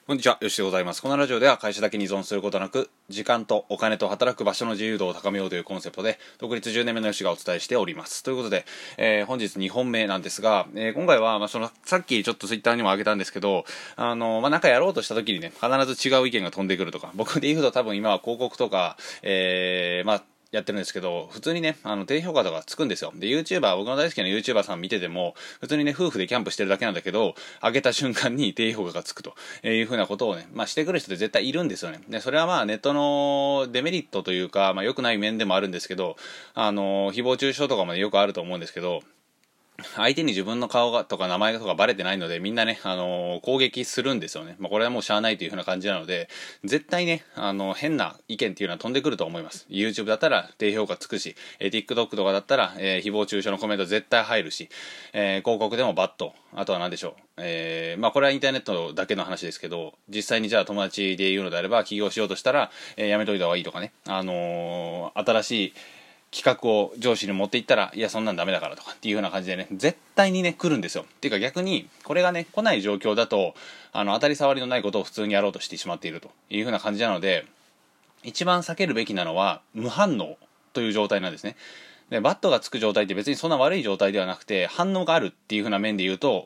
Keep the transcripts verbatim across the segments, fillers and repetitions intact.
こんにちは、よしでございます。このラジオでは会社だけに依存することなく、時間とお金と働く場所の自由度を高めようというコンセプトで、独立じゅうねんめのよしがお伝えしております。ということで、えー、本日にほんめなんですが、えー、今回は、まあ、その、さっきちょっとツイッターにも上げたんですけど、あの、まあ、なんかやろうとした時にね、必ず違う意見が飛んでくるとか、僕で言うと多分今は広告とか、えー、まあ、やってるんですけど、普通にね、あの、低評価とかつくんですよ。で、YouTuber、僕の大好きな YouTuber さん見てても、普通にね、夫婦でキャンプしてるだけなんだけど、上げた瞬間に低評価がつくというふうなことをね、まあしてくる人って絶対いるんですよね。で、それはまあネットのデメリットというか、まあ良くない面でもあるんですけど、あの、誹謗中傷とかもね、よくあると思うんですけど、相手に自分の顔がとか名前とかバレてないのでみんなね、あのー、攻撃するんですよね。まあ、これはもうしゃあないという風な感じなので、絶対ね、あのー、変な意見っていうのは飛んでくると思います。YouTube だったら低評価つくし、えー、TikTok とかだったら、えー、誹謗中傷のコメント絶対入るし、えー、広告でもバット、あとは何でしょう。えー、まあこれはインターネットだけの話ですけど、実際にじゃあ友達で言うのであれば起業しようとしたら、えー、やめといた方がいいとかね、あのー、新しい企画を上司に持っていったら、いやそんなんダメだからとかっていう風な感じでね、絶対にね来るんですよ。っていうか逆にこれがね来ない状況だと、あの当たり障りのないことを普通にやろうとしてしまっているという風な感じなので、一番避けるべきなのは無反応という状態なんですね。でバットがつく状態って別にそんな悪い状態ではなくて、反応があるっていう風な面で言うと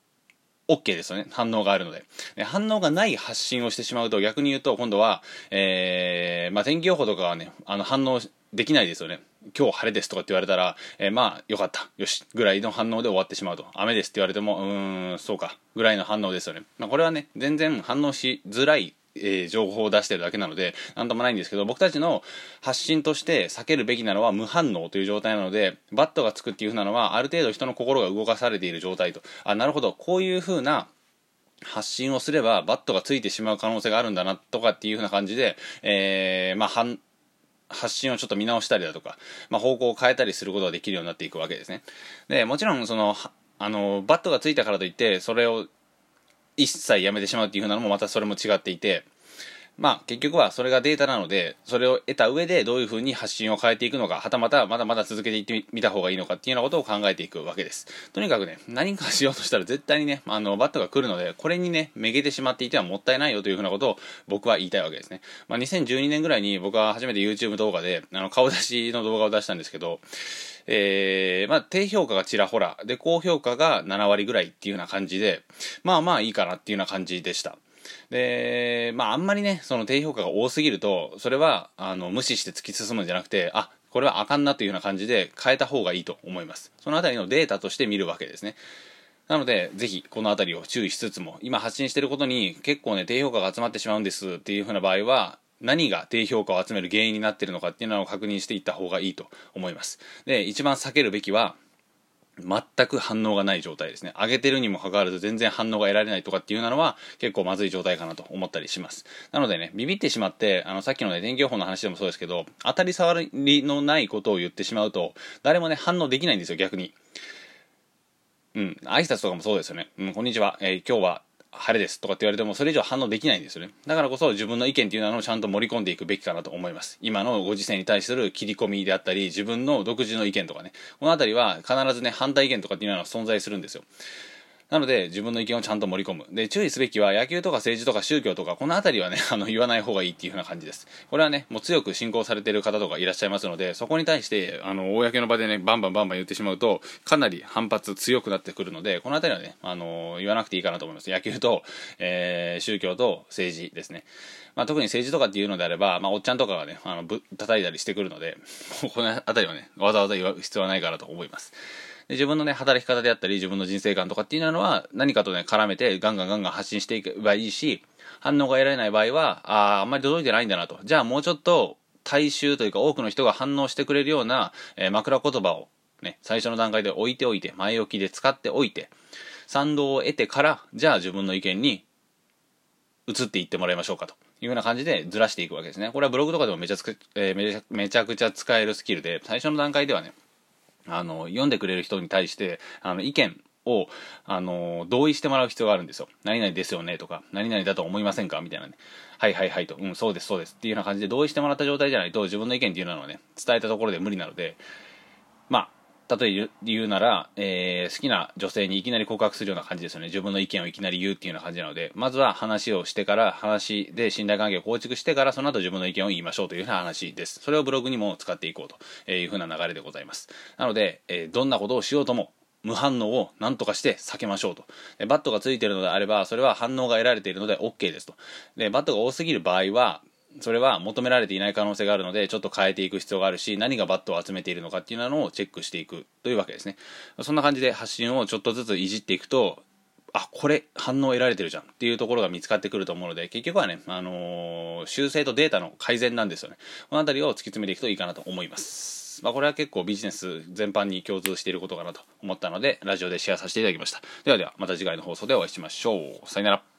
OK ですよね。反応があるので。で反応がない発信をしてしまうと、逆に言うと今度は、えー、まあ天気予報とかはね、あの反応できないですよね。今日晴れですとかって言われたら、えー、まあよかったよしぐらいの反応で終わってしまうと。雨ですって言われても、うーんそうかぐらいの反応ですよね。まあ、これはね全然反応しづらい、えー、情報を出してるだけなのでなんともないんですけど、僕たちの発信として避けるべきなのは無反応という状態なので、バットがつくっていう風なのはある程度人の心が動かされている状態と。あ、なるほど、こういう風な発信をすればバットがついてしまう可能性があるんだなとかっていう風な感じで、えー、まあ反発信をちょっと見直したりだとか、まあ、方向を変えたりすることができるようになっていくわけですね。でもちろんそのあのバットがついたからといってそれを一切やめてしまうっていう風なのもまたそれも違っていて、まあ結局はそれがデータなので、それを得た上でどういう風に発信を変えていくのか、はたまたまだまだ続けていってみた方がいいのかっていうようなことを考えていくわけです。とにかくね、何かしようとしたら絶対にね、あのバットが来るので、これにねめげてしまっていてはもったいないよという風なことを僕は言いたいわけですね。まあ、にせんじゅうにねんぐらいに僕は初めて YouTube 動画であの顔出しの動画を出したんですけど、えー、まあ低評価がちらほらで高評価がななわりぐらいっていう風な感じで、まあまあいいかなっていうような感じでした。で、まああんまりね、その低評価が多すぎると、それはあの無視して突き進むんじゃなくて、あ、これはあかんなというような感じで変えた方がいいと思います。そのあたりのデータとして見るわけですね。なので、ぜひこのあたりを注意しつつも、今発信していることに結構ね、低評価が集まってしまうんですっていう風な場合は、何が低評価を集める原因になっているのかっていうのを確認していった方がいいと思います。で、一番避けるべきは、全く反応がない状態ですね。上げてるにもかかわらず全然反応が得られないとかっていうのは結構まずい状態かなと思ったりします。なのでね、ビビってしまって、あのさっきのね、天気予報の話でもそうですけど、当たり障りのないことを言ってしまうと、誰もね、反応できないんですよ、逆に。うん、挨拶とかもそうですよね。うん、こんにちは、えー、今日は晴れですとかって言われてもそれ以上反応できないんですよね。だからこそ自分の意見っていうのをちゃんと盛り込んでいくべきかなと思います。今のご時世に対する切り込みであったり、自分の独自の意見とかね、このあたりは必ずね、反対意見とかっていうのは存在するんですよ。なので自分の意見をちゃんと盛り込む。で、注意すべきは野球とか政治とか宗教とかこのあたりはね、あの言わない方がいいっていう風な感じです。これはね、もう強く信仰されている方とかいらっしゃいますので、そこに対してあの公の場でね、バンバンバンバン言ってしまうとかなり反発強くなってくるので、このあたりはね、あの言わなくていいかなと思います。野球と、えー、宗教と政治ですね。まあ、特に政治とかっていうのであれば、まあ、おっちゃんとかがね、あのぶ叩いたりしてくるので、このあたりはね、わざわざ言う必要はないかなと思います。で自分のね働き方であったり自分の人生観とかっていうのは何かとね絡めてガンガンガンガン発信していけばいいし、反応が得られない場合はああんまり届いてないんだなと、じゃあもうちょっと大衆というか多くの人が反応してくれるような、えー、枕言葉をね最初の段階で置いておいて、前置きで使っておいて賛同を得てから、じゃあ自分の意見に移っていってもらいましょうかというような感じでずらしていくわけですね。これはブログとかでもめちゃつく、えー、めちゃめちゃくちゃ使えるスキルで、最初の段階ではねあの読んでくれる人に対してあの意見をあの同意してもらう必要があるんですよ。何々ですよねとか、何々だと思いませんかみたいなね、はいはいはいと、うんそうですそうですっていうような感じで同意してもらった状態じゃないと自分の意見っていうのはね伝えたところで無理なので、まあ例え言うなら、えー好きな女性にいきなり告白するような感じですよね。自分の意見をいきなり言うっていうような感じなので、まずは話をしてから、話で信頼関係を構築してから、その後自分の意見を言いましょうというふうな話です。それをブログにも使っていこうというふうな流れでございます。なので、えーどんなことをしようとも無反応を何とかして避けましょうと。でバットがついているのであれば、それは反応が得られているので OK ですと。でバットが多すぎる場合は、それは求められていない可能性があるので、ちょっと変えていく必要があるし、何がバットを集めているのかっていうのをチェックしていくというわけですね。そんな感じで発信をちょっとずついじっていくと、あ、これ反応得られてるじゃんっていうところが見つかってくると思うので、結局はね、あのー修正とデータの改善なんですよね。このあたりを突き詰めていくといいかなと思います。まあ、これは結構ビジネス全般に共通していることかなと思ったので、ラジオでシェアさせていただきました。ではでは、また次回の放送でお会いしましょう。さよなら。